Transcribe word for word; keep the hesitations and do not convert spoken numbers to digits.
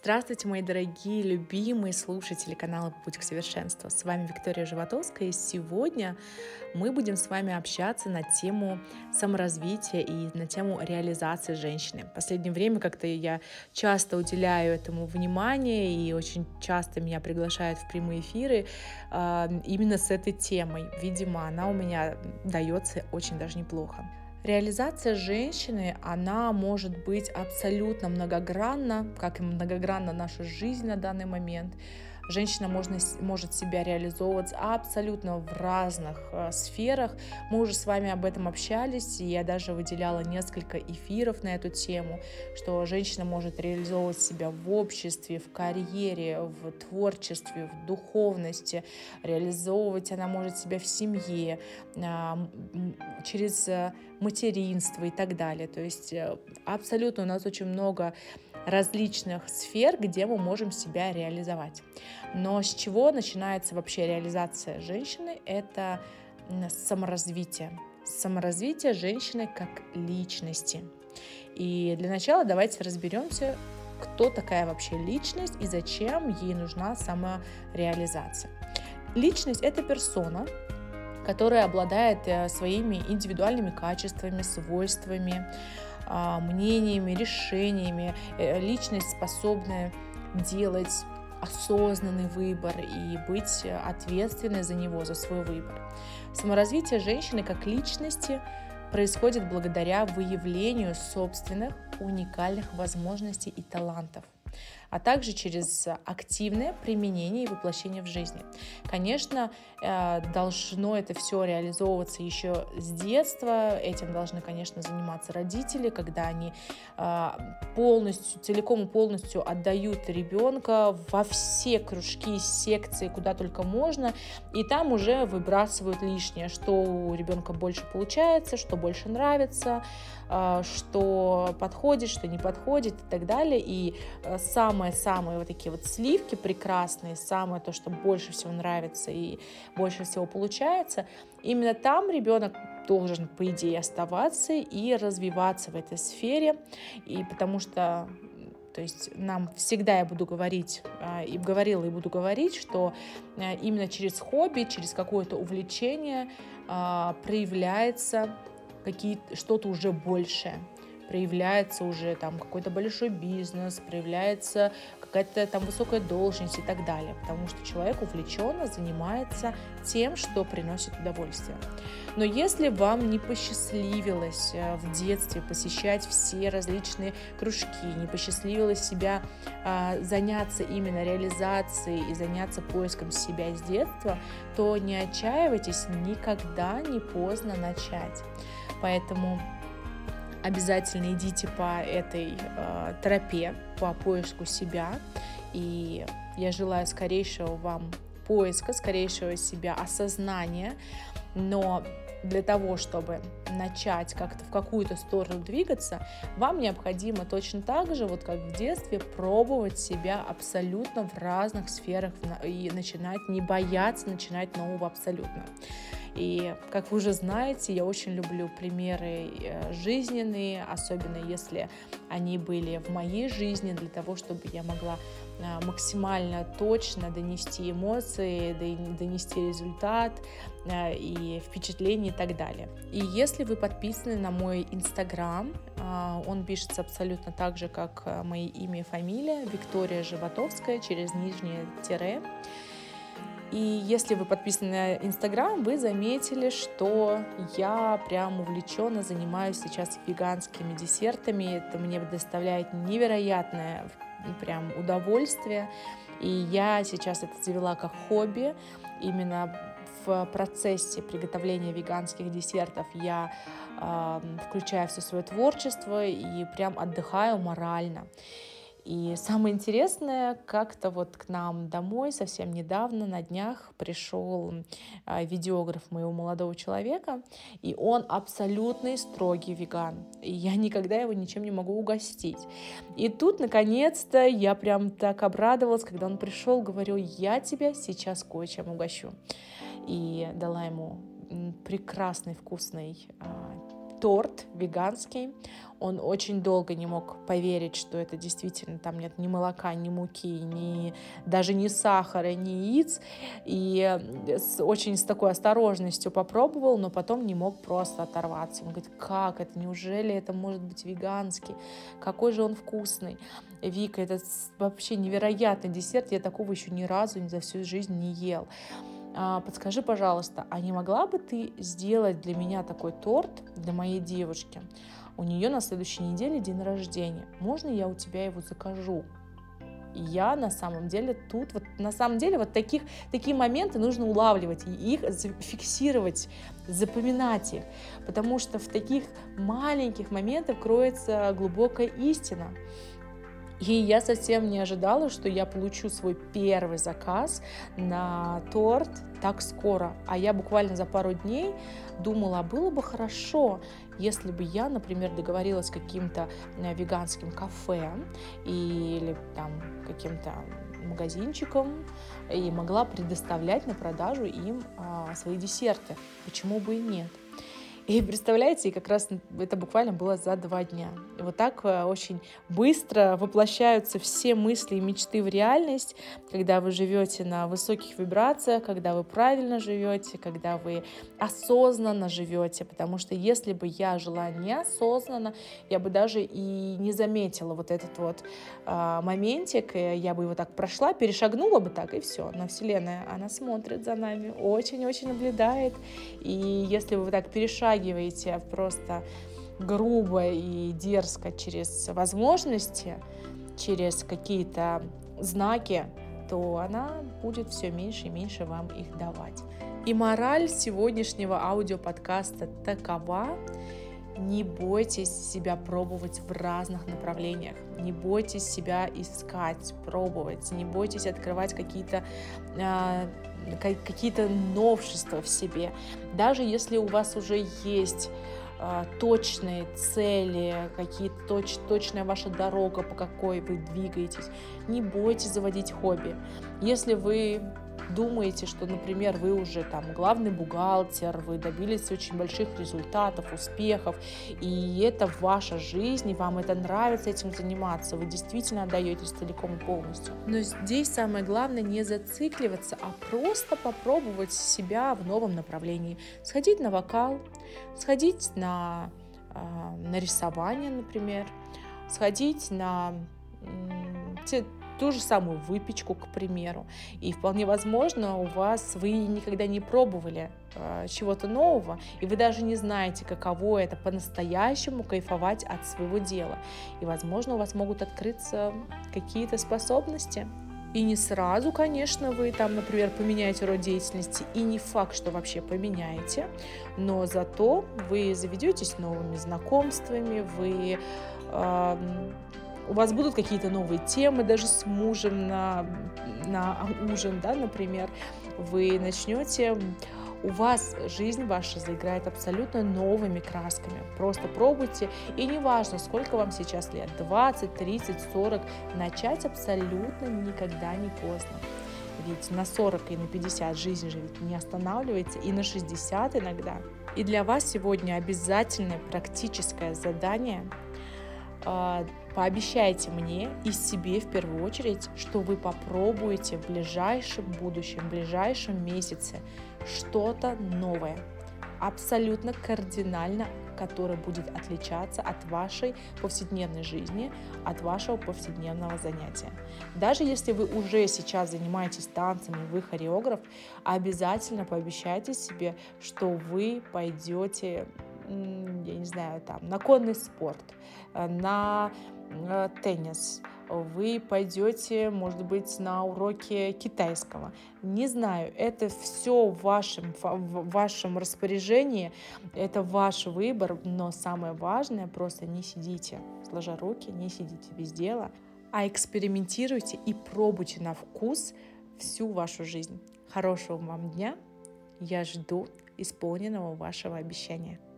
Здравствуйте, мои дорогие, любимые слушатели канала «Путь к совершенству». С вами Виктория Животовская, и сегодня мы будем с вами общаться на тему саморазвития и на тему реализации женщины. В последнее время как-то я часто уделяю этому внимание, и очень часто меня приглашают в прямые эфиры э, именно с этой темой. Видимо, она у меня дается очень даже неплохо. Реализация женщины, она может быть абсолютно многогранна, как и многогранна наша жизнь на данный момент. Женщина можно, может себя реализовывать абсолютно в разных э, сферах. Мы уже с вами об этом общались, и я даже выделяла несколько эфиров на эту тему, что женщина может реализовывать себя в обществе, в карьере, в творчестве, в духовности. Реализовывать она может себя в семье, э, через материнство и так далее. То есть э, абсолютно у нас очень много различных сфер, где мы можем себя реализовать. Но с чего начинается вообще реализация женщины? Это саморазвитие. Саморазвитие женщины как личности. И для начала давайте разберемся, кто такая вообще личность и зачем ей нужна самореализация. Личность — это персона, которая обладает своими индивидуальными качествами, свойствами, мнениями, решениями. Личность, способная делать осознанный выбор и быть ответственной за него, за свой выбор. Саморазвитие женщины как личности происходит благодаря выявлению собственных уникальных возможностей и талантов, а также через активное применение и воплощение в жизни. Конечно, должно это все реализовываться еще с детства. Этим должны, конечно, заниматься родители, когда они полностью, целиком и полностью отдают ребенка во все кружки, секции, куда только можно, и там уже выбрасывают лишнее, что у ребенка больше получается, что больше нравится, что подходит, что не подходит и так далее. И самые-самые вот такие вот сливки прекрасные, самое то, что больше всего нравится и больше всего получается, именно там ребенок должен, по идее, оставаться и развиваться в этой сфере. И потому что то есть нам всегда я буду говорить, и говорила, и буду говорить, что именно через хобби, через какое-то увлечение проявляется какие-то, что-то уже большее. Проявляется уже там какой-то большой бизнес, проявляется какая-то там высокая должность и так далее, потому что человек увлеченно занимается тем, что приносит удовольствие. Но если вам не посчастливилось в детстве посещать все различные кружки, не посчастливилось себя а, заняться именно реализацией и заняться поиском себя с детства, то не отчаивайтесь, никогда не поздно начать. Поэтому обязательно идите по этой э, тропе, по поиску себя. И я желаю скорейшего вам поиска, скорейшего себя осознания. Но для того, чтобы начать как-то в какую-то сторону двигаться, вам необходимо точно так же, вот как в детстве, пробовать себя абсолютно в разных сферах и начинать, не бояться начинать нового абсолютно. И, как вы уже знаете, я очень люблю примеры жизненные, особенно если они были в моей жизни, для того, чтобы я могла максимально точно донести эмоции, донести результат и впечатления и так далее. И если вы подписаны на мой инстаграм, он пишется абсолютно так же, как мои имя и фамилия, Виктория Животовская, через нижнее тире. И если вы подписаны на Инстаграм, вы заметили, что я прям увлеченно занимаюсь сейчас веганскими десертами. Это мне доставляет невероятное прям удовольствие. И я сейчас это завела как хобби. Именно в процессе приготовления веганских десертов я э, включаю все свое творчество и прям отдыхаю морально. И самое интересное, как-то вот к нам домой совсем недавно, на днях, пришел видеограф моего молодого человека, и он абсолютный строгий веган. И я никогда его ничем не могу угостить. И тут, наконец-то, я прям так обрадовалась, когда он пришел, говорю, я тебя сейчас кое-чем угощу. И дала ему прекрасный, вкусный торт веганский. Он очень долго не мог поверить, что это действительно там нет ни молока, ни муки, ни, даже ни сахара, ни яиц. И с, очень с такой осторожностью попробовал, но потом не мог просто оторваться. Он говорит, как это, неужели это может быть веганский? Какой же он вкусный. Вика, это вообще невероятный десерт, я такого еще ни разу за всю жизнь не ел. Подскажи, пожалуйста, а не могла бы ты сделать для меня такой торт, для моей девушки? У нее на следующей неделе день рождения. Можно я у тебя его закажу? И я на самом деле тут, вот на самом деле вот таких, такие моменты нужно улавливать, и их фиксировать, запоминать их, потому что в таких маленьких моментах кроется глубокая истина. И я совсем не ожидала, что я получу свой первый заказ на торт так скоро. А я буквально за пару дней думала, а было бы хорошо, если бы я, например, договорилась с каким-то веганским кафе или там каким-то магазинчиком и могла предоставлять на продажу им а, свои десерты. Почему бы и нет? И представляете, как раз это буквально было за два дня. И вот так очень быстро воплощаются все мысли и мечты в реальность, когда вы живете на высоких вибрациях, когда вы правильно живете, когда вы осознанно живете. Потому что если бы я жила неосознанно, я бы даже и не заметила вот этот вот э, моментик, и я бы его так прошла, перешагнула бы так, и все. Но Вселенная, она смотрит за нами, очень-очень наблюдает. И если вы так перешагиваете, просто грубо и дерзко через возможности, через какие-то знаки, то она будет все меньше и меньше вам их давать. И мораль сегодняшнего аудиоподкаста такова: не бойтесь себя пробовать в разных направлениях, не бойтесь себя искать, пробовать, не бойтесь открывать какие-то э, какие-то новшества в себе. Даже если у вас уже есть э, точные цели, какие-то точ, точная ваша дорога, по какой вы двигаетесь, не бойтесь заводить хобби. Если вы думаете, что, например, вы уже там главный бухгалтер, вы добились очень больших результатов, успехов, и это ваша жизнь, и вам это нравится этим заниматься, вы действительно отдаетесь целиком и полностью. Но здесь самое главное не зацикливаться, а просто попробовать себя в новом направлении. Сходить на вокал, сходить на, э, на рисование, например, сходить на те, ту же самую выпечку, к примеру. И вполне возможно, у вас вы никогда не пробовали э, чего-то нового, и вы даже не знаете, каково это по-настоящему кайфовать от своего дела. И, возможно, у вас могут открыться какие-то способности. И не сразу, конечно, вы там, например, поменяете род деятельности, и не факт, что вообще поменяете, но зато вы заведетесь новыми знакомствами, вы... Э, У вас будут какие-то новые темы даже с мужем на, на ужин, да, например. Вы начнете, у вас жизнь ваша заиграет абсолютно новыми красками. Просто пробуйте, и неважно, сколько вам сейчас лет, двадцать, тридцать, сорок, начать абсолютно никогда не поздно. Ведь на сорок и на пятьдесят жизнь же ведь не останавливается, и на шестьдесят иногда. И для вас сегодня обязательное практическое задание. Пообещайте мне и себе в первую очередь, что вы попробуете в ближайшем будущем, в ближайшем месяце что-то новое, абсолютно кардинально, которое будет отличаться от вашей повседневной жизни, от вашего повседневного занятия. Даже если вы уже сейчас занимаетесь танцами, вы хореограф, обязательно пообещайте себе, что вы пойдете, я не знаю, там, на конный спорт, на теннис, вы пойдете, может быть, на уроки китайского. Не знаю, это все в вашем, в вашем распоряжении, это ваш выбор, но самое важное, просто не сидите сложа руки, не сидите без дела, а экспериментируйте и пробуйте на вкус всю вашу жизнь. Хорошего вам дня, я жду исполненного вашего обещания.